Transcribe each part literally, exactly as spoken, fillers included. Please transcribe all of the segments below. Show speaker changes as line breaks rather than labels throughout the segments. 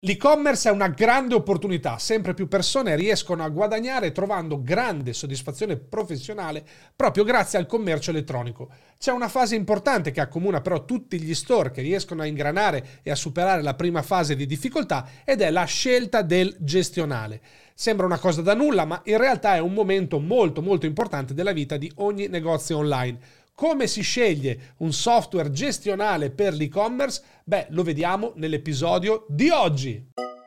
L'e-commerce è una grande opportunità, sempre più persone riescono a guadagnare trovando grande soddisfazione professionale proprio grazie al commercio elettronico. C'è una fase importante che accomuna però tutti gli store che riescono a ingranare e a superare la prima fase di difficoltà ed è la scelta del gestionale. Sembra una cosa da nulla, ma in realtà è un momento molto molto importante della vita di ogni negozio online. Come si sceglie un software gestionale per l'e-commerce? Beh, lo vediamo nell'episodio di oggi.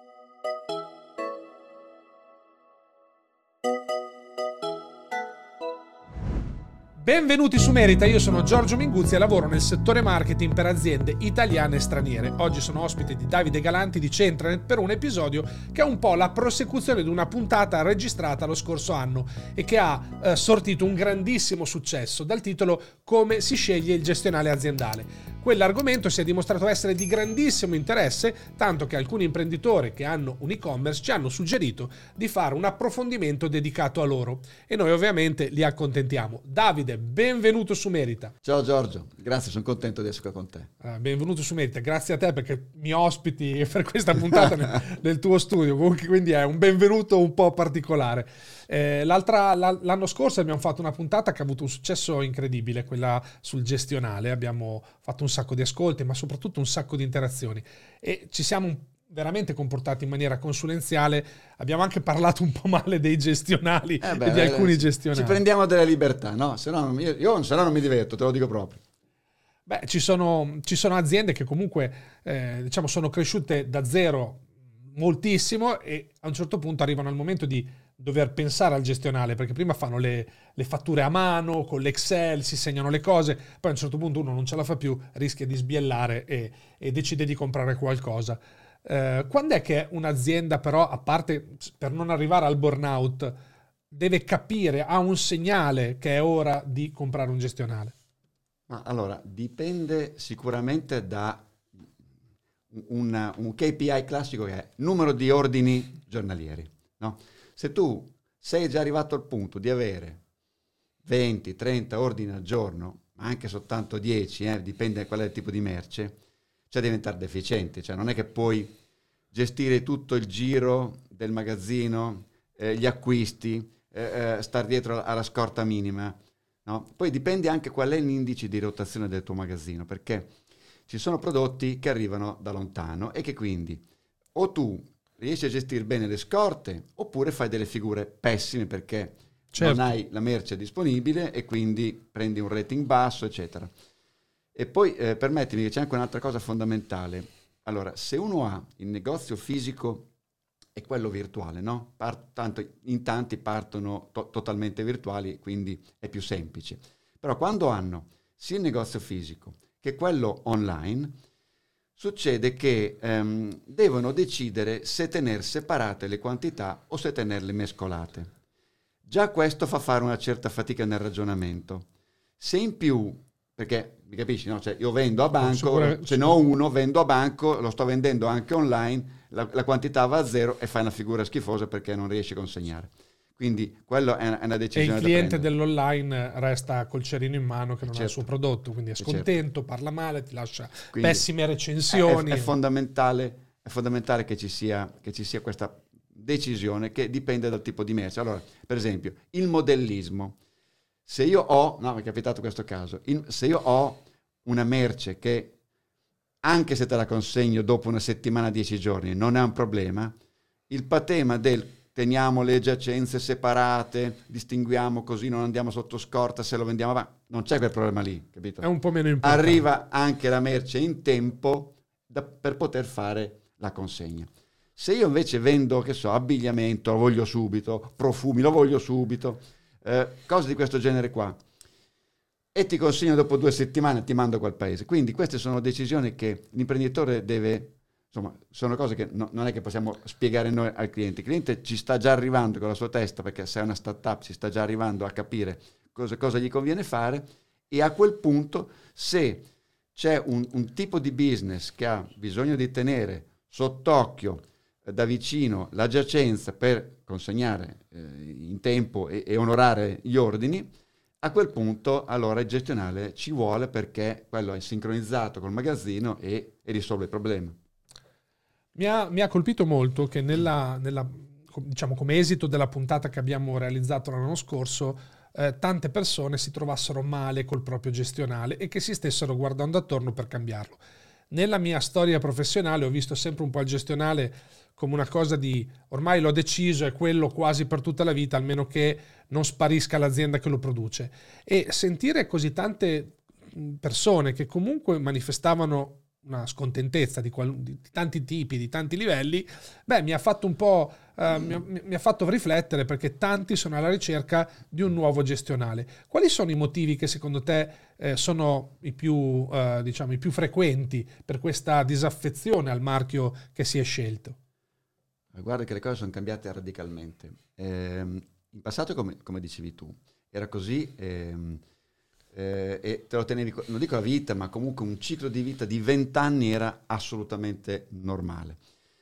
Benvenuti su Merita, io sono Giorgio Minguzzi e lavoro nel settore marketing per aziende italiane e straniere. Oggi sono ospite di Davide Galanti di Centranet per un episodio che è un po' la prosecuzione di una puntata registrata lo scorso anno e che ha eh, sortito un grandissimo successo dal titolo Come si sceglie il gestionale aziendale. Quell'argomento si è dimostrato essere di grandissimo interesse, tanto che alcuni imprenditori che hanno un e-commerce ci hanno suggerito di fare un approfondimento dedicato a loro e noi ovviamente li accontentiamo. Davide, benvenuto su Merita.
Ciao Giorgio, grazie, sono contento di essere qua con te.
Uh, benvenuto su Merita, grazie a te perché mi ospiti per questa puntata nel, nel tuo studio, quindi è un benvenuto un po' particolare. Eh, l'altra, l'anno scorso abbiamo fatto una puntata che ha avuto un successo incredibile, quella sul gestionale, abbiamo fatto un sacco di ascolti ma soprattutto un sacco di interazioni e ci siamo veramente comportati in maniera consulenziale, abbiamo anche parlato un po' male dei gestionali eh beh, e di alcuni
ci,
gestionali.
Ci prendiamo delle libertà, no? Se no io, io se no non mi diverto, te lo dico proprio.
Beh, ci sono, ci sono aziende che comunque eh, diciamo sono cresciute da zero moltissimo e a un certo punto arrivano al momento di dover pensare al gestionale, perché prima fanno le, le fatture a mano, con l'Excel, si segnano le cose, poi a un certo punto uno non ce la fa più, rischia di sbiellare e, e decide di comprare qualcosa. Eh, quando è che un'azienda però, a parte per non arrivare al burnout, deve capire, ha un segnale che è ora di comprare un gestionale?
Ma allora, dipende sicuramente da un, un K P I classico che è numero di ordini giornalieri, no? Se tu sei già arrivato al punto di avere venti trenta ordini al giorno, ma anche soltanto dieci, eh, dipende da qual è il tipo di merce, cioè diventare deficiente, cioè non è che puoi gestire tutto il giro del magazzino, eh, gli acquisti, eh, eh, star dietro alla scorta minima, no? Poi dipende anche qual è l'indice di rotazione del tuo magazzino, perché ci sono prodotti che arrivano da lontano e che quindi o tu riesci a gestire bene le scorte oppure fai delle figure pessime perché certo. non hai la merce disponibile e quindi prendi un rating basso, eccetera. E poi eh, permettimi che c'è anche un'altra cosa fondamentale. Allora, se uno ha il negozio fisico e quello virtuale, no? Part- tanto in tanti partono to- totalmente virtuali, quindi è più semplice. Però quando hanno sia il negozio fisico che quello online, succede che ehm, devono decidere se tenere separate le quantità o se tenerle mescolate. Già questo fa fare una certa fatica nel ragionamento. Se in più, perché mi capisci, no? Cioè, io vendo a banco, se ne ho uno, vendo a banco, lo sto vendendo anche online, la, la quantità va a zero e fai una figura schifosa perché non riesci a consegnare. Quindi quello è una, è una decisione.
E il cliente dell'online resta col cerino in mano che non certo. ha il suo prodotto, quindi è scontento, certo. parla male, ti lascia quindi pessime recensioni.
È, è, fondamentale, è fondamentale che ci sia, che ci sia questa decisione che dipende dal tipo di merce. Allora, per esempio, il modellismo. Se io ho, no, mi è capitato questo caso, in, se io ho una merce che anche se te la consegno dopo una settimana, dieci giorni, non è un problema, il patema del teniamo le giacenze separate, distinguiamo così non andiamo sotto scorta se lo vendiamo avanti, non c'è quel problema lì, capito?
È un po' meno importante.
Arriva anche la merce in tempo da, per poter fare la consegna. Se io invece vendo, che so, abbigliamento, lo voglio subito, profumi, lo voglio subito, eh, cose di questo genere qua, e ti consegno dopo due settimane, ti mando a quel paese. Quindi queste sono decisioni che l'imprenditore deve... Insomma, sono cose che no, non è che possiamo spiegare noi al cliente. Il cliente ci sta già arrivando con la sua testa, perché se è una startup ci sta già arrivando a capire cosa, cosa gli conviene fare, e a quel punto, se c'è un, un tipo di business che ha bisogno di tenere sott'occhio eh, da vicino la giacenza per consegnare eh, in tempo e, e onorare gli ordini, a quel punto allora il gestionale ci vuole, perché quello è sincronizzato col magazzino e, e risolve il problema.
Mi ha, mi ha colpito molto che nella, nella, diciamo, come esito della puntata che abbiamo realizzato l'anno scorso, eh, tante persone si trovassero male col proprio gestionale e che si stessero guardando attorno per cambiarlo. Nella mia storia professionale ho visto sempre un po' il gestionale come una cosa di ormai l'ho deciso, è quello quasi per tutta la vita, almeno che non sparisca l'azienda che lo produce. E sentire così tante persone che comunque manifestavano una scontentezza di, qual- di tanti tipi, di tanti livelli, beh, mi ha fatto un po', eh, mi, ha, mi ha fatto riflettere, perché tanti sono alla ricerca di un nuovo gestionale. Quali sono i motivi che secondo te eh, sono i più, eh, diciamo, i più frequenti per questa disaffezione al marchio che si è scelto?
Guarda che le cose sono cambiate radicalmente. Eh, in passato, come, come dicevi tu, era così. Ehm, Eh, e te lo tenevi, non dico a vita, ma comunque un ciclo di vita di vent'anni era assolutamente normale.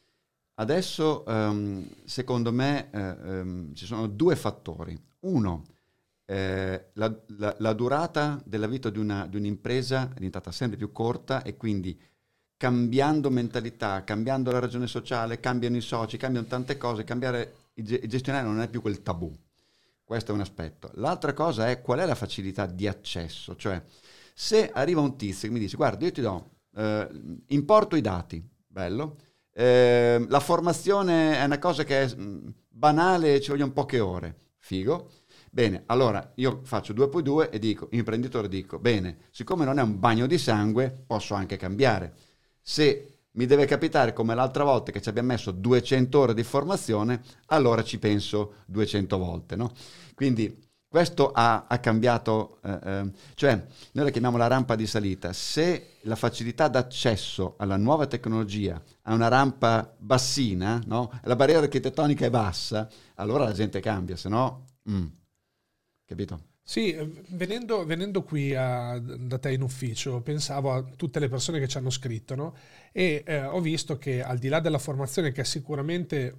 Adesso, um, secondo me, eh, um, ci sono due fattori. Uno, eh, la, la, la durata della vita di, una, di un'impresa è diventata sempre più corta, e quindi cambiando mentalità, cambiando la ragione sociale, cambiano i soci, cambiano tante cose, cambiare il, il gestionale non è più quel tabù. Questo è un aspetto. L'altra cosa è qual è la facilità di accesso. Cioè, se arriva un tizio che mi dice: guarda, io ti do, eh, importo i dati, bello, eh, la formazione è una cosa che è mh, banale, ci vogliono poche ore, figo. Bene, allora io faccio due più due e dico, imprenditore, dico, bene, siccome non è un bagno di sangue, posso anche cambiare. Se mi deve capitare come l'altra volta che ci abbiamo messo duecento ore di formazione, allora ci penso duecento volte, no? Quindi questo ha, ha cambiato, eh, eh, cioè noi la chiamiamo la rampa di salita. Se la facilità d'accesso alla nuova tecnologia ha una rampa bassina, no? La barriera architettonica è bassa, allora la gente cambia, se no, mm, capito?
Sì, venendo, venendo qui a, da te in ufficio, pensavo a tutte le persone che ci hanno scritto, no? E eh, ho visto che, al di là della formazione, che è sicuramente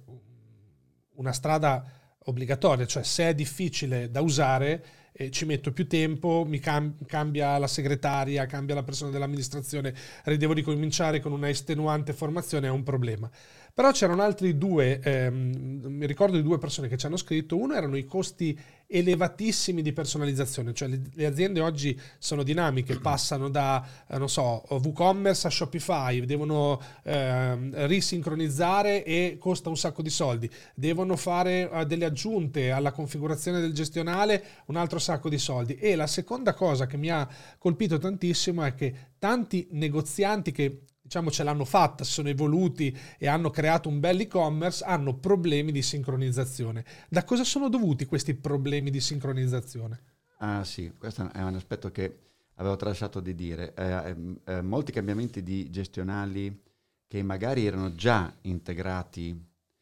una strada obbligatoria, cioè se è difficile da usare, eh, ci metto più tempo, mi cam- cambia la segretaria, cambia la persona dell'amministrazione, devo ricominciare con una estenuante formazione, è un problema. Però c'erano altri due, ehm, mi ricordo di due persone che ci hanno scritto. Uno erano i costi elevatissimi di personalizzazione, cioè le, le aziende oggi sono dinamiche, passano da, eh, non so, WooCommerce a Shopify, devono eh, risincronizzare e costa un sacco di soldi, devono fare eh, delle aggiunte alla configurazione del gestionale, un altro sacco di soldi. E la seconda cosa che mi ha colpito tantissimo è che tanti negozianti che, diciamo, ce l'hanno fatta, si sono evoluti e hanno creato un bel e-commerce, hanno problemi di sincronizzazione. Da cosa sono dovuti questi problemi di sincronizzazione?
Ah sì, questo è un aspetto che avevo tralasciato di dire. Eh, eh, molti cambiamenti di gestionali che magari erano già integrati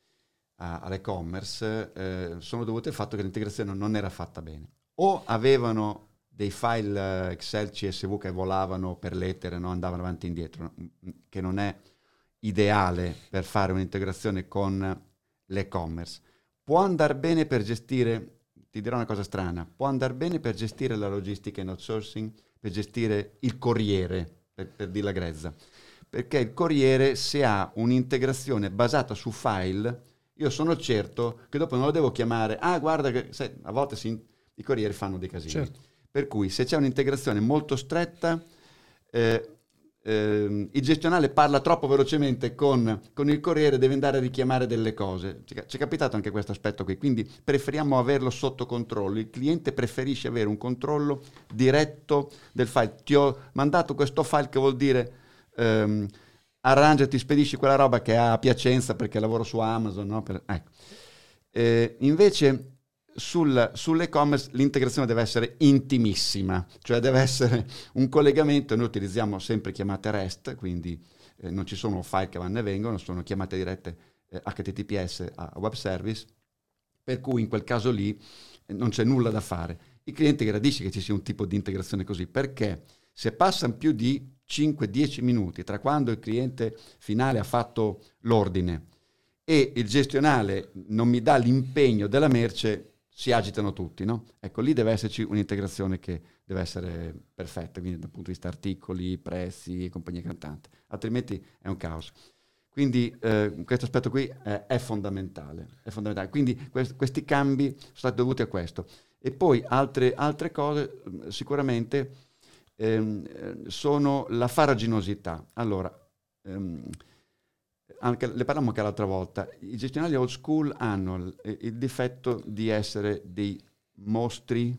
a, all'e-commerce eh, sono dovuti al fatto che l'integrazione non era fatta bene. O avevano dei file Excel C S V che volavano per lettere, no? Andavano avanti e indietro, che non è ideale per fare un'integrazione con l'e-commerce. Può andare bene per gestire, ti dirò una cosa strana, può andare bene per gestire la logistica in outsourcing, per gestire il corriere, per, per dirla grezza, perché il corriere, se ha un'integrazione basata su file, io sono certo che dopo non lo devo chiamare, ah guarda che sai, a volte si, i corrieri fanno dei casini. Certo. Per cui se c'è un'integrazione molto stretta, eh, eh, il gestionale parla troppo velocemente con, con il corriere, deve andare a richiamare delle cose. Ci è capitato anche questo aspetto qui, quindi preferiamo averlo sotto controllo. Il cliente preferisce avere un controllo diretto del file. Ti ho mandato questo file, che vuol dire ehm, arrangiati, spedisci quella roba che ha a Piacenza perché lavoro su Amazon, no? Per, ecco. eh, invece Sul, sull'e-commerce l'integrazione deve essere intimissima, cioè deve essere un collegamento. Noi utilizziamo sempre chiamate REST, quindi eh, non ci sono file che vanno e vengono, sono chiamate dirette eh, H T T P S a web service, per cui in quel caso lì eh, non c'è nulla da fare. Il cliente gradisce che ci sia un tipo di integrazione così, perché se passano più di cinque dieci minuti tra quando il cliente finale ha fatto l'ordine e il gestionale non mi dà l'impegno della merce, si agitano tutti, no? Ecco, lì deve esserci un'integrazione che deve essere perfetta, quindi dal punto di vista articoli, prezzi e compagnia cantante, altrimenti è un caos. Quindi eh, questo aspetto qui è, è fondamentale, è fondamentale. Quindi quest- questi cambi sono stati dovuti a questo. E poi altre, altre cose sicuramente ehm, sono la farraginosità. Allora, ehm, anche, le parlammo anche l'altra volta, i gestionali old school hanno il, il difetto di essere dei mostri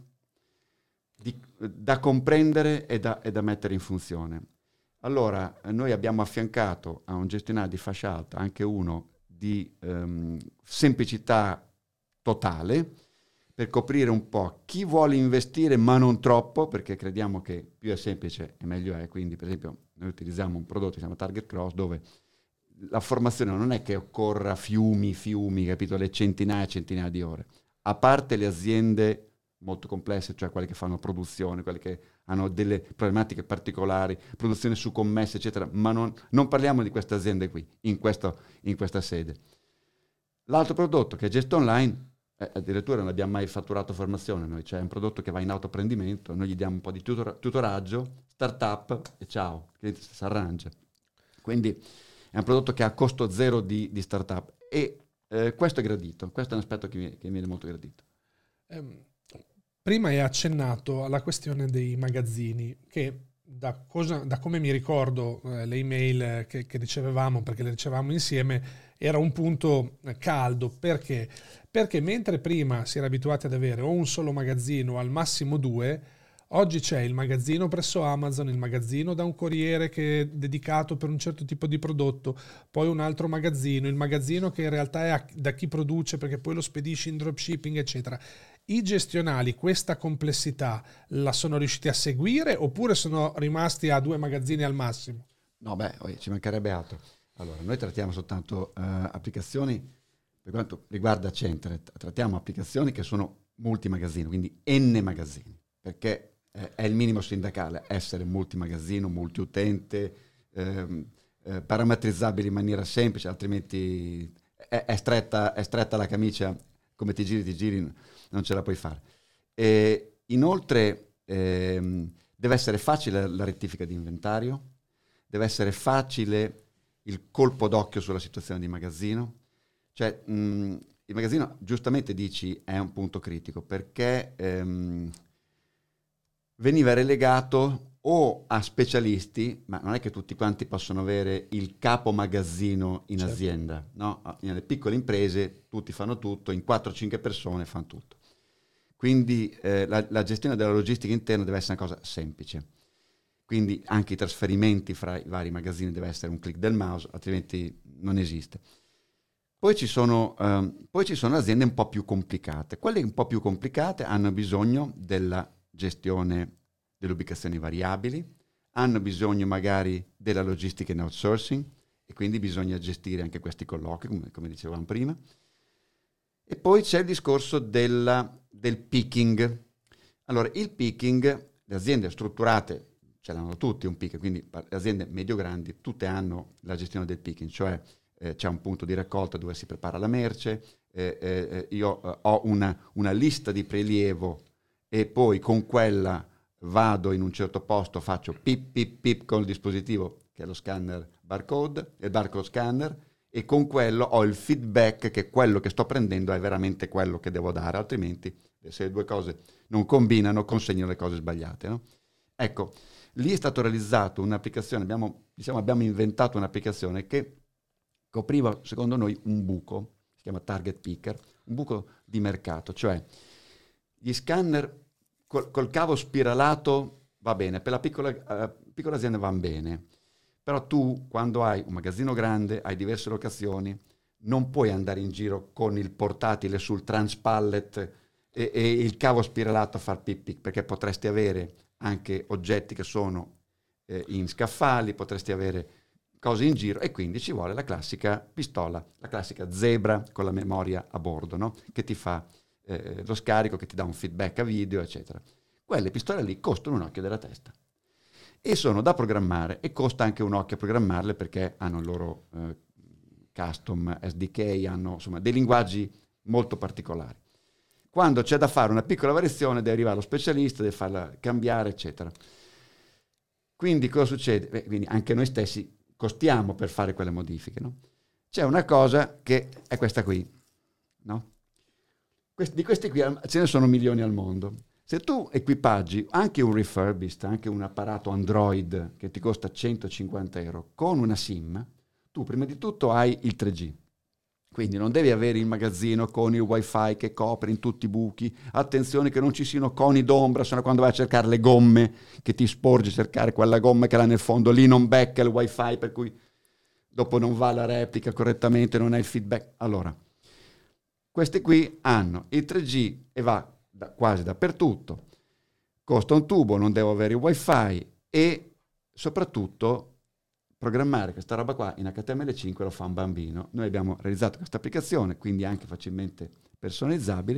di, da comprendere e da, e da mettere in funzione. Allora, noi abbiamo affiancato a un gestionale di fascia alta anche uno di um, semplicità totale per coprire un po' chi vuole investire ma non troppo, perché crediamo che più è semplice e meglio è. Quindi, per esempio, noi utilizziamo un prodotto che si chiama Target Cross, dove la formazione non è che occorra fiumi, fiumi, capito, le centinaia e centinaia di ore. A parte le aziende molto complesse, cioè quelle che fanno produzione, quelle che hanno delle problematiche particolari, produzione su commesse, eccetera, ma non, non parliamo di queste aziende qui, in, questo, in questa sede. L'altro prodotto che è Gesto Online, eh, addirittura non abbiamo mai fatturato formazione noi, cioè è un prodotto che va in autoapprendimento, noi gli diamo un po' di tutor- tutoraggio, startup e ciao, il cliente si arrangia. Quindi è un prodotto che ha costo zero di, di startup e eh, questo è gradito, questo è un aspetto che mi, che mi viene molto gradito.
Um. Prima hai accennato alla questione dei magazzini, che da, cosa, da come mi ricordo eh, le email che, che ricevevamo, perché le ricevevamo insieme, era un punto caldo. Perché? Perché mentre prima si era abituati ad avere o un solo magazzino, al massimo due, oggi c'è il magazzino presso Amazon, il magazzino da un corriere che è dedicato per un certo tipo di prodotto, poi un altro magazzino, il magazzino che in realtà è a, da chi produce perché poi lo spedisci in dropshipping, eccetera. I gestionali questa complessità la sono riusciti a seguire oppure sono rimasti a due magazzini al massimo?
No, beh, ci mancherebbe altro. Allora, noi trattiamo soltanto uh, applicazioni, per quanto riguarda Centret, trattiamo applicazioni che sono multimagazzino, quindi N magazzini, perché eh, è il minimo sindacale essere multimagazzino, multiutente, ehm, eh, parametrizzabile in maniera semplice, altrimenti è, è, stretta, è stretta la camicia, come ti giri, ti giri, non ce la puoi fare. E inoltre ehm, deve essere facile la rettifica di inventario, deve essere facile il colpo d'occhio sulla situazione di magazzino. Cioè mh, il magazzino, giustamente dici, è un punto critico perché ehm, veniva relegato o a specialisti, ma non è che tutti quanti possono avere il capo magazzino in certo. azienda, no? Nelle piccole imprese tutti fanno tutto, in quattro cinque persone fanno tutto. Quindi eh, la, la gestione della logistica interna deve essere una cosa semplice. Quindi anche i trasferimenti fra i vari magazzini deve essere un click del mouse, altrimenti non esiste. Poi ci sono, um, poi ci sono aziende un po' più complicate. Quelle un po' più complicate hanno bisogno della gestione delle ubicazioni variabili, hanno bisogno magari della logistica in outsourcing e quindi bisogna gestire anche questi colloqui, come, come dicevamo prima. E poi c'è il discorso della, del picking. Allora, il picking, le aziende strutturate, ce l'hanno tutti un picking, quindi le aziende medio-grandi, tutte hanno la gestione del picking, cioè eh, c'è un punto di raccolta dove si prepara la merce, eh, eh, io eh, ho una, una lista di prelievo e poi con quella vado in un certo posto, faccio pip pip pip con il dispositivo che è lo scanner barcode, il barcode scanner, e con quello ho il feedback che quello che sto prendendo è veramente quello che devo dare, altrimenti se le due cose non combinano consegno le cose sbagliate, no? Ecco, lì è stato realizzato un'applicazione, abbiamo, diciamo, abbiamo inventato un'applicazione che copriva secondo noi un buco, si chiama Target Picker, un buco di mercato, cioè gli scanner col, col cavo spiralato va bene, per la piccola, uh, piccola azienda va bene, però tu quando hai un magazzino grande, hai diverse locazioni, non puoi andare in giro con il portatile sul transpallet e, e il cavo spiralato a far pip pip, perché potresti avere anche oggetti che sono eh, in scaffali, potresti avere cose in giro e quindi ci vuole la classica pistola, la classica Zebra con la memoria a bordo, no? Che ti fa eh, lo scarico, che ti dà un feedback a video, eccetera. Quelle pistole lì costano un occhio della testa e sono da programmare e costa anche un occhio a programmarle perché hanno il loro eh, custom S D K, hanno insomma dei linguaggi molto particolari. Quando c'è da fare una piccola variazione deve arrivare lo specialista, deve farla cambiare, eccetera. Quindi cosa succede? Beh, quindi anche noi stessi costiamo per fare quelle modifiche, no? C'è una cosa che è questa qui, no? Questi, di questi qui ce ne sono milioni al mondo. Se tu equipaggi anche un refurbished, anche un apparato Android che ti costa centocinquanta euro con una SIM, tu prima di tutto hai il tre G. Quindi non devi avere il magazzino con il wifi che copre in tutti i buchi. Attenzione che non ci siano coni d'ombra, se no quando vai a cercare le gomme che ti sporgi a cercare quella gomma che là nel fondo, lì non becca il wifi, per cui dopo non va la replica correttamente, non hai il feedback. Allora, questi qui hanno il tre G e va da, quasi dappertutto, costa un tubo, non devo avere il wifi e soprattutto programmare questa roba qua in H T M L cinque lo fa un bambino. Noi abbiamo realizzato questa applicazione, quindi anche facilmente personalizzabile,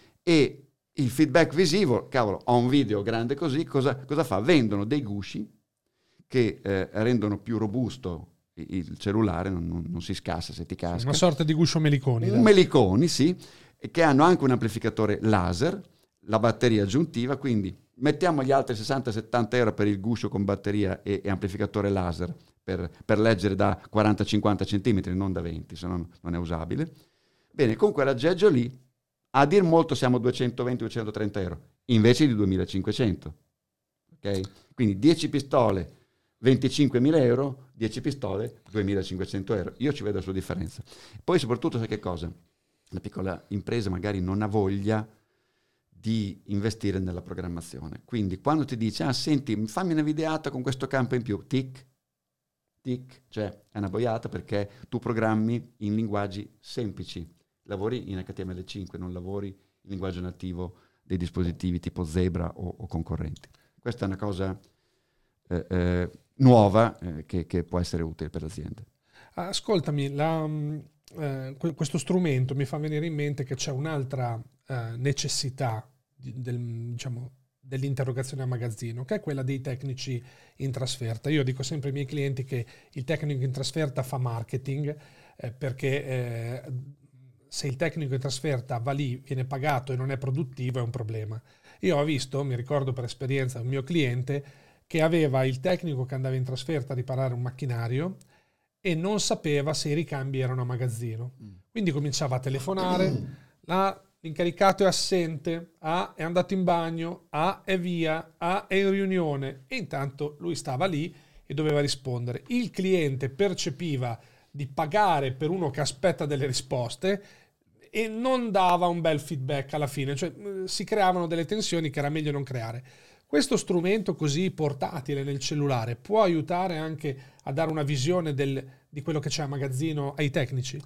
e il feedback visivo, cavolo, ho un video grande così, cosa, cosa fa? Vendono dei gusci che eh, rendono più robusto il cellulare, non, non, non si scassa se ti casca.
Una sorta di guscio meliconi.
Un meliconi, sì, e che hanno anche un amplificatore laser, la batteria aggiuntiva, quindi mettiamo gli altri sessanta settanta euro per il guscio con batteria e, e amplificatore laser per, per leggere da quaranta cinquanta centimetri, non da venti, se no non è usabile. Bene, con quell'aggeggio lì, a dir molto siamo duecentoventi duecentotrenta euro, invece di duemilacinquecento. Ok? Quindi dieci pistole, venticinquemila euro, dieci pistole, duemilacinquecento euro. Io ci vedo la sua differenza. Poi soprattutto sai che cosa? La piccola impresa magari non ha voglia di investire nella programmazione. Quindi quando ti dice, ah senti, fammi una videata con questo campo in più, tic, tic, cioè è una boiata perché tu programmi in linguaggi semplici, lavori in H T M L cinque, non lavori in linguaggio nativo dei dispositivi tipo Zebra o, o concorrenti. Questa è una cosa eh, eh, nuova eh, che, che può essere utile per l'azienda.
Ascoltami, la, eh, questo strumento mi fa venire in mente che c'è un'altra eh, necessità di, del, diciamo, dell'interrogazione a magazzino, che è quella dei tecnici in trasferta. Io dico sempre ai miei clienti che il tecnico in trasferta fa marketing, eh, perché eh, se il tecnico in trasferta va lì, viene pagato e non è produttivo, è un problema. Io ho visto, mi ricordo per esperienza, un mio cliente che aveva il tecnico che andava in trasferta a riparare un macchinario e non sapeva se i ricambi erano a magazzino. Quindi cominciava a telefonare, la, l'incaricato è assente, A è andato in bagno, A è via, A è in riunione, e intanto lui stava lì e doveva rispondere. Il cliente percepiva di pagare per uno che aspetta delle risposte e non dava un bel feedback alla fine, cioè si creavano delle tensioni che era meglio non creare. Questo strumento così portatile nel cellulare può aiutare anche a dare una visione del, di quello che c'è a magazzino ai tecnici?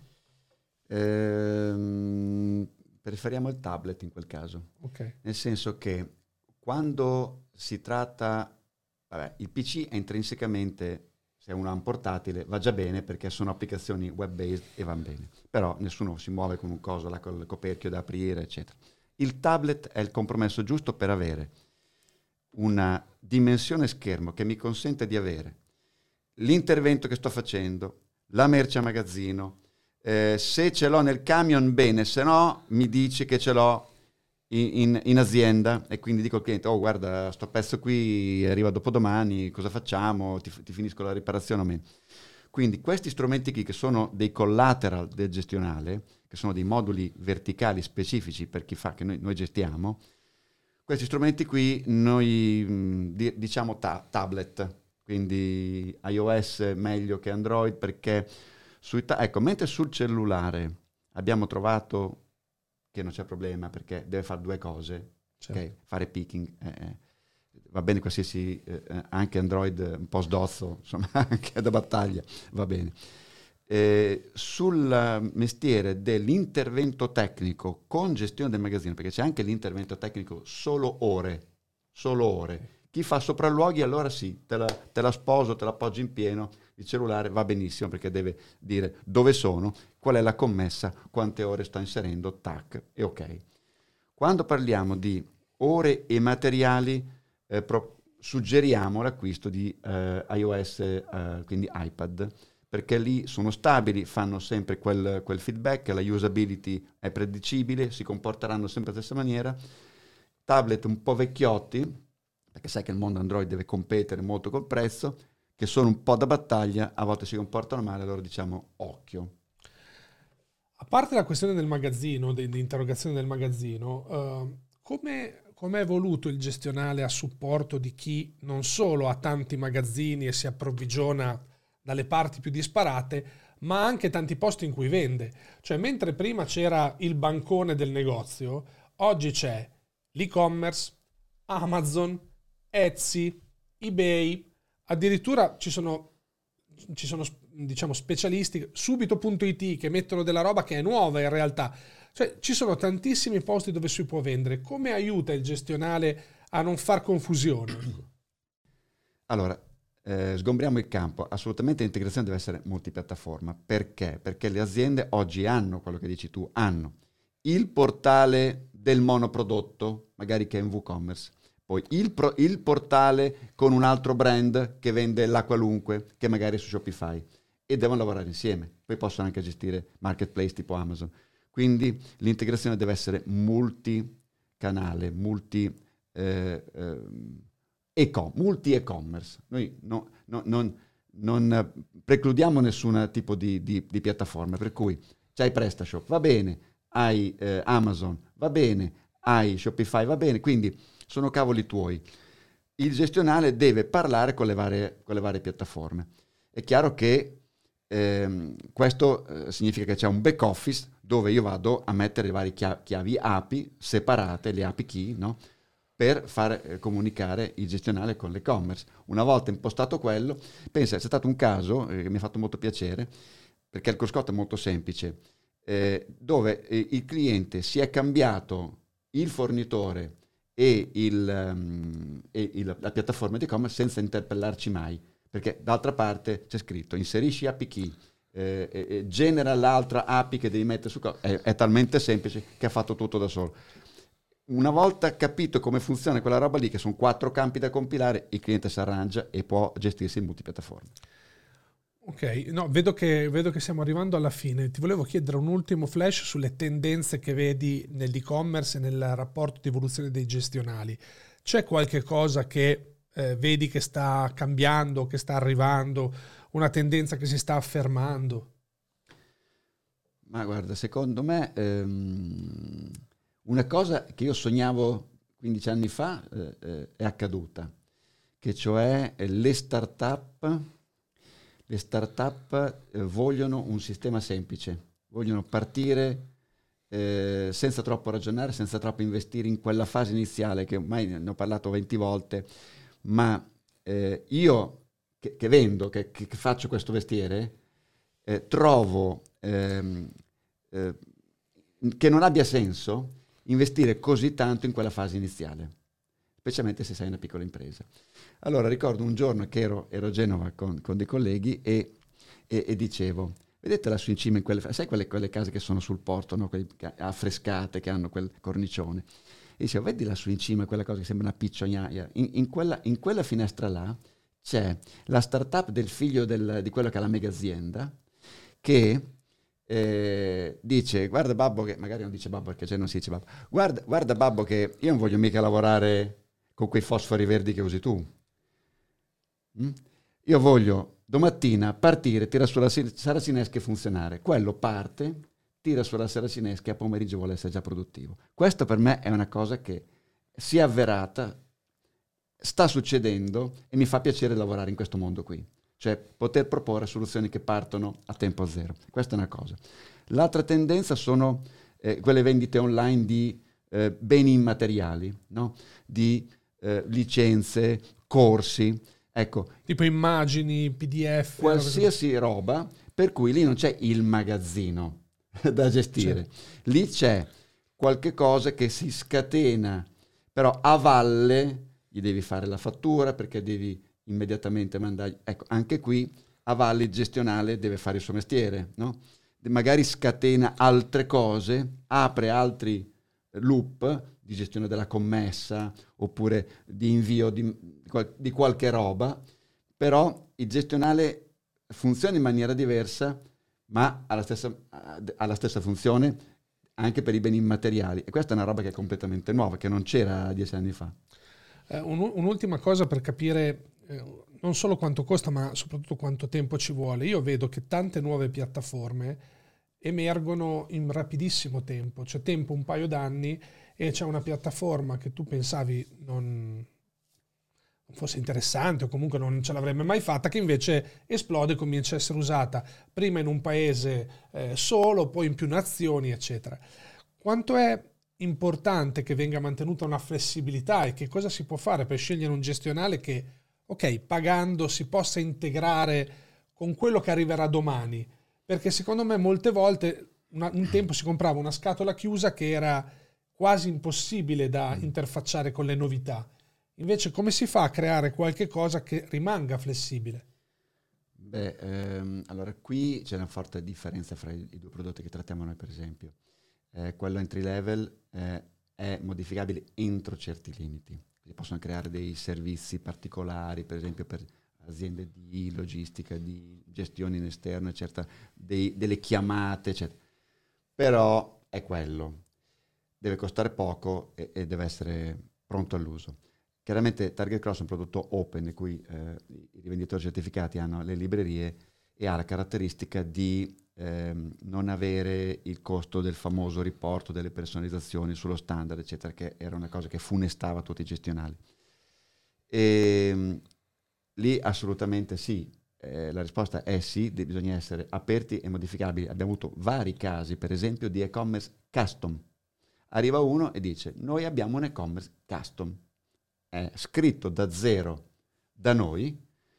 Ehm, preferiamo il tablet in quel caso.
Okay.
Nel senso che quando si tratta... Vabbè, il P C è intrinsecamente, se uno ha un portatile, va già bene perché sono applicazioni web-based e vanno bene. Però nessuno si muove con un coso là col coperchio da aprire, eccetera. Il tablet è il compromesso giusto per avere una dimensione schermo che mi consente di avere l'intervento che sto facendo, la merce a magazzino, eh, se ce l'ho nel camion bene, se no mi dice che ce l'ho in, in, in azienda e quindi dico al cliente, oh guarda, sto pezzo qui arriva dopodomani, cosa facciamo? Ti, ti finisco la riparazione o meno? Quindi questi strumenti qui che sono dei collateral del gestionale, che sono dei moduli verticali specifici per chi fa, che noi, noi gestiamo, questi strumenti qui noi mh, diciamo ta- tablet, quindi iOS meglio che Android perché sui ta- ecco, mentre sul cellulare abbiamo trovato che non c'è problema perché deve fare due cose, certo. Okay? Fare picking, eh, va bene qualsiasi, eh, anche Android un po' sdozzo, insomma anche da battaglia, va bene. Eh, sul mestiere dell'intervento tecnico con gestione del magazzino, perché c'è anche l'intervento tecnico solo ore, solo ore. Chi fa sopralluoghi allora sì, te la, te la sposo, te la appoggi in pieno, il cellulare va benissimo perché deve dire dove sono, qual è la commessa, quante ore sto inserendo, tac, e ok. Quando parliamo di ore e materiali, eh, pro- suggeriamo l'acquisto di eh, iOS, eh, quindi iPad, perché lì sono stabili, fanno sempre quel, quel feedback, la usability è predicibile, si comporteranno sempre alla stessa maniera. Tablet un po' vecchiotti, perché sai che il mondo Android deve competere molto col prezzo, che sono un po' da battaglia, a volte si comportano male, allora diciamo occhio.
A parte la questione del magazzino, di, di interrogazione del magazzino, eh, come, come è evoluto il gestionale a supporto di chi non solo ha tanti magazzini e si approvvigiona dalle parti più disparate, ma anche tanti posti in cui vende? Cioè, mentre prima c'era il bancone del negozio, oggi c'è l'e-commerce, Amazon, Etsy, eBay, addirittura ci sono, ci sono diciamo specialisti, subito punto it, che mettono della roba che è nuova in realtà. Cioè, ci sono tantissimi posti dove si può vendere. Come aiuta il gestionale a non far confusione?
Allora, eh, sgombriamo il campo. Assolutamente l'integrazione deve essere multipiattaforma. Perché? Perché le aziende oggi hanno, quello che dici tu, hanno il portale del monoprodotto, magari che è in WooCommerce, poi il, pro, il portale con un altro brand che vende la qualunque, che magari è su Shopify, e devono lavorare insieme. Poi possono anche gestire marketplace tipo Amazon. Quindi l'integrazione deve essere multicanale, multi, eh, eh, eco, multi-e-commerce. Noi no, no, non, non precludiamo nessun tipo di, di, di piattaforma, per cui c'hai PrestaShop, va bene, hai eh, Amazon, va bene, hai Shopify, va bene, quindi sono cavoli tuoi. Il gestionale deve parlare con le varie, con le varie piattaforme. È chiaro che ehm, questo eh, significa che c'è un back office dove io vado a mettere le varie chia- chiavi A P I separate, le A P I key, no? Per far eh, comunicare il gestionale con l'e-commerce. Una volta impostato quello, pensa, c'è stato un caso eh, che mi ha fatto molto piacere, perché il cruscotto è molto semplice, eh, dove eh, il cliente si è cambiato il fornitore e, il, um, e il, la piattaforma di e-commerce senza interpellarci mai, perché d'altra parte c'è scritto inserisci A P I key, eh, eh, genera l'altra A P I che devi mettere su co- è, è talmente semplice che ha fatto tutto da solo. Una volta capito come funziona quella roba lì, che sono quattro campi da compilare, il cliente si arrangia e può gestirsi in multipiattaforme.
Ok, no, vedo che, vedo che stiamo arrivando alla fine. Ti volevo chiedere un ultimo flash sulle tendenze che vedi nell'e-commerce e nel rapporto di evoluzione dei gestionali. C'è qualche cosa che eh, vedi che sta cambiando, che sta arrivando, una tendenza che si sta affermando?
Ma guarda, secondo me ehm, una cosa che io sognavo quindici anni fa eh, eh, è accaduta, che cioè eh, le start-up Le start-up eh, vogliono un sistema semplice, vogliono partire eh, senza troppo ragionare, senza troppo investire in quella fase iniziale, che ormai ne ho parlato venti volte, ma eh, io che, che vendo, che, che faccio questo mestiere, eh, trovo ehm, eh, che non abbia senso investire così tanto in quella fase iniziale, specialmente se sei una piccola impresa. Allora ricordo un giorno che ero, ero a Genova con, con dei colleghi e, e, e dicevo, vedete lassù in cima, in quelle, sai quelle, quelle case che sono sul porto, no? Quelle affrescate, che hanno quel cornicione? E dicevo, vedi lassù in cima quella cosa che sembra una piccionaia? In, in, quella, in quella finestra là c'è la startup del figlio del, di quello che ha la mega azienda, che eh, dice, guarda babbo, che magari non dice babbo perché già non si dice babbo, guarda, guarda babbo che io non voglio mica lavorare con quei fosfori verdi che usi tu. Mm? Io voglio domattina partire, tira sulla saracinesca e funzionare. Quello parte, tira sulla saracinesca e a pomeriggio vuole essere già produttivo. Questo per me è una cosa che si è avverata, sta succedendo e mi fa piacere lavorare in questo mondo qui. Cioè poter proporre soluzioni che partono a tempo zero. Questa è una cosa. L'altra tendenza sono eh, quelle vendite online di eh, beni immateriali, no? Di eh, licenze, corsi. Ecco,
tipo immagini, P D F,
qualsiasi roba, per cui lì non c'è il magazzino da gestire, certo. Lì c'è qualche cosa che si scatena, però a valle gli devi fare la fattura perché devi immediatamente mandare. Ecco, anche qui a valle il gestionale deve fare il suo mestiere, no? Magari scatena altre cose, apre altri loop di gestione della commessa oppure di invio di, di qualche roba, però il gestionale funziona in maniera diversa, ma ha la stessa, ha la stessa funzione anche per i beni immateriali, e questa è una roba che è completamente nuova, che non c'era dieci anni fa.
Eh, un, un'ultima cosa per capire eh, non solo quanto costa, ma soprattutto quanto tempo ci vuole. Io vedo che tante nuove piattaforme emergono in rapidissimo tempo, cioè tempo un paio d'anni e c'è una piattaforma che tu pensavi non, non fosse interessante o comunque non ce l'avrebbe mai fatta, che invece esplode e comincia a essere usata prima in un paese eh, solo, poi in più nazioni, eccetera. Quanto è importante che venga mantenuta una flessibilità e che cosa si può fare per scegliere un gestionale che, ok, pagando si possa integrare con quello che arriverà domani? Perché secondo me molte volte una, un tempo si comprava una scatola chiusa che era quasi impossibile da interfacciare con le novità. Invece come si fa a creare qualche cosa che rimanga flessibile?
Beh, ehm, allora qui c'è una forte differenza fra i, i due prodotti che trattiamo noi, per esempio. Eh, quello entry level eh, è modificabile entro certi limiti. Si possono creare dei servizi particolari, per esempio per aziende di logistica, di gestione in esterno, eccetera, dei, delle chiamate, eccetera. Però è quello. Deve costare poco e, e deve essere pronto all'uso. Chiaramente Target Cross è un prodotto open, in cui eh, i rivenditori certificati hanno le librerie e ha la caratteristica di ehm, non avere il costo del famoso riporto delle personalizzazioni sullo standard, eccetera, che era una cosa che funestava tutti i gestionali. E, lì assolutamente sì, eh, la risposta è sì, de- bisogna essere aperti e modificabili. Abbiamo avuto vari casi, per esempio, di e-commerce custom. Arriva uno e dice, noi abbiamo un e-commerce custom, è scritto da zero da noi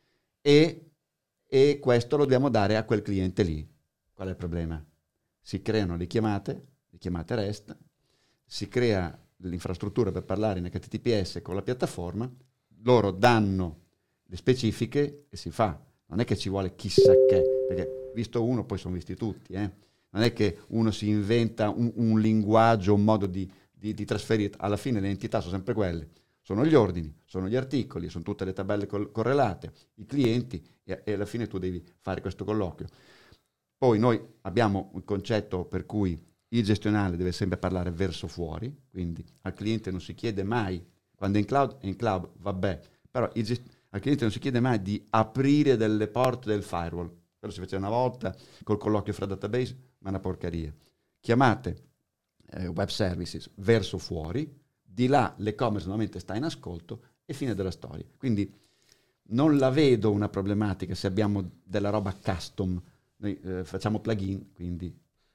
e, e questo lo dobbiamo dare a quel cliente lì. Qual è il problema? Si creano le chiamate, le chiamate REST, si crea l'infrastruttura per parlare in H T T P S con la piattaforma, loro danno le specifiche e si fa. Non è che ci vuole chissà che, perché visto uno poi sono visti tutti, eh? Non è che uno si inventa un, un linguaggio, un modo di, di, di trasferire, alla fine le entità sono sempre quelle, sono gli ordini, sono gli articoli, sono tutte le tabelle col- correlate, i clienti e, e alla fine tu devi fare questo colloquio. Poi noi abbiamo un concetto per cui il gestionale deve sempre parlare verso fuori, quindi al cliente non si chiede mai, quando è in cloud, è in cloud, vabbè, però il gest- al cliente non si chiede mai di aprire delle porte del firewall. Quello si faceva una volta col colloquio fra database, ma è una porcaria. Chiamate eh, web services verso fuori, di là l'e-commerce normalmente sta in ascolto e fine della storia. Quindi non la vedo una problematica se abbiamo della roba custom. Noi eh, facciamo plugin, quindi...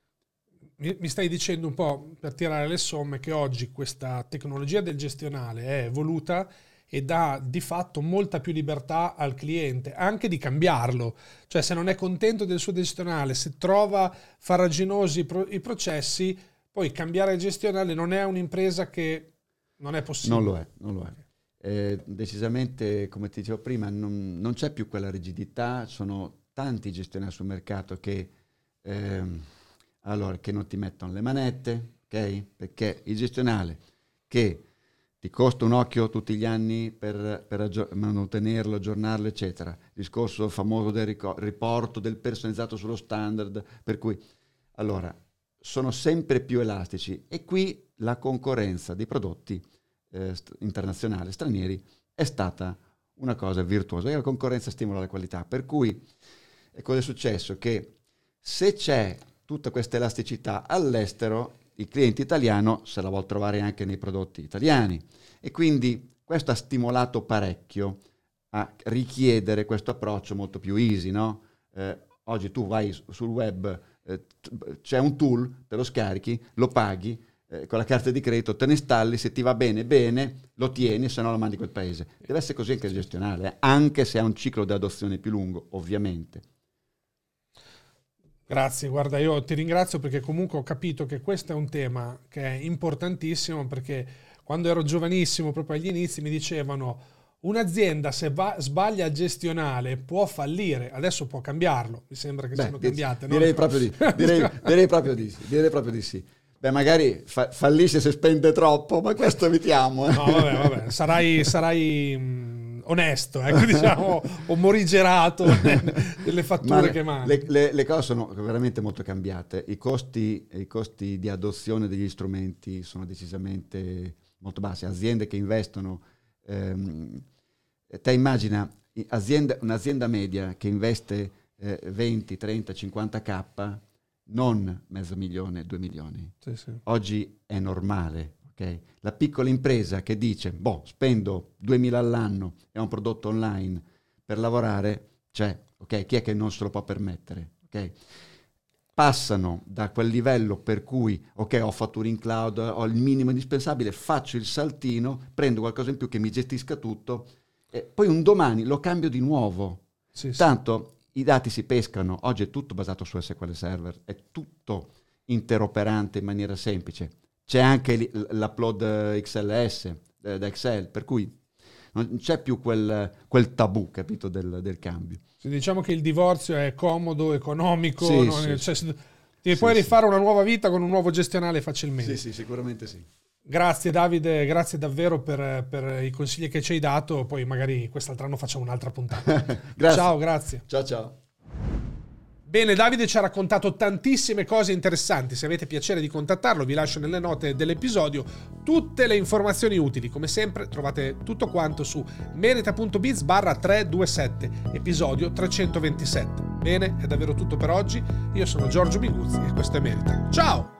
Mi, mi stai dicendo un po', per tirare le somme, che oggi questa tecnologia del gestionale è evoluta e dà di fatto molta più libertà al cliente, anche di cambiarlo. Cioè se non è contento del suo gestionale, se trova farraginosi i, pro- i processi, poi cambiare il gestionale non è un'impresa che non è possibile.
Non lo è, non lo è. Eh, decisamente, come ti dicevo prima, non, non c'è più quella rigidità, sono tanti gestionali sul mercato che, ehm, allora, che non ti mettono le manette, ok? Perché il gestionale che ti costa un occhio tutti gli anni per, per aggior- mantenerlo, aggiornarlo, eccetera. Il discorso famoso del rico- riporto del personalizzato sullo standard, per cui, allora, sono sempre più elastici e qui la concorrenza dei prodotti eh, st- internazionali, stranieri, è stata una cosa virtuosa e la concorrenza stimola la qualità, per cui e cosa è successo? Che se c'è tutta questa elasticità all'estero, il cliente italiano se la vuol trovare anche nei prodotti italiani e quindi questo ha stimolato parecchio a richiedere questo approccio molto più easy, no? Eh, oggi tu vai sul web, eh, t- c'è un tool, te lo scarichi, lo paghi, eh, con la carta di credito, te ne installi, se ti va bene, bene, lo tieni, se no lo mandi a quel paese. Deve essere così anche il gestionale, eh? Anche se ha un ciclo di adozione più lungo, ovviamente.
Grazie, guarda, io ti ringrazio perché comunque ho capito che questo è un tema che è importantissimo, perché quando ero giovanissimo, proprio agli inizi, mi dicevano un'azienda se va, sbaglia il gestionale può fallire, adesso può cambiarlo, mi sembra che
Beh,
siano
di-
cambiate. no?
direi, proprio di, direi, direi proprio di sì, direi proprio di sì. Beh, magari fa- fallisce se spende troppo, ma questo evitiamo. Eh.
No, vabbè, vabbè, sarai, sarai mh, onesto, ecco, diciamo, o morigerato delle fatture
Ma
che mandi.
le, le, le cose sono veramente molto cambiate. I costi, i costi di adozione degli strumenti sono decisamente molto bassi. Aziende che investono, ehm, te immagina azienda, un'azienda media che investe eh, venti, trenta, cinquanta K, non mezzo milione, due milioni.
Sì, sì.
Oggi è normale. Okay? La piccola impresa che dice, boh, spendo duemila all'anno e ho un prodotto online per lavorare, c'è, ok? Chi è che non se lo può permettere? Ok? Passano da quel livello per cui, ok, ho fatture in cloud, ho il minimo indispensabile, faccio il saltino, prendo qualcosa in più che mi gestisca tutto, e poi un domani lo cambio di nuovo. Sì, Tanto sì. I dati si pescano, oggi è tutto basato su S Q L Server, è tutto interoperante in maniera semplice. C'è anche l'upload X L S eh, da Excel, per cui non c'è più quel, quel tabù, capito, del, del cambio.
Sì, diciamo che il divorzio è comodo, economico,
sì,
non
sì,
è, cioè,
sì.
ti
sì,
puoi
sì.
rifare una nuova vita con un nuovo gestionale facilmente.
Sì, sì, sicuramente sì.
Grazie Davide, grazie davvero per, per i consigli che ci hai dato, poi magari quest'altro anno facciamo un'altra puntata.
Grazie.
Ciao, grazie.
Ciao, ciao.
Bene, Davide ci ha raccontato tantissime cose interessanti. Se avete piacere di contattarlo, vi lascio nelle note dell'episodio tutte le informazioni utili. Come sempre trovate tutto quanto su merita.biz barra trecentoventisette, episodio trecentoventisette. Bene, è davvero tutto per oggi. Io sono Giorgio Minguzzi e questo è Merita. Ciao!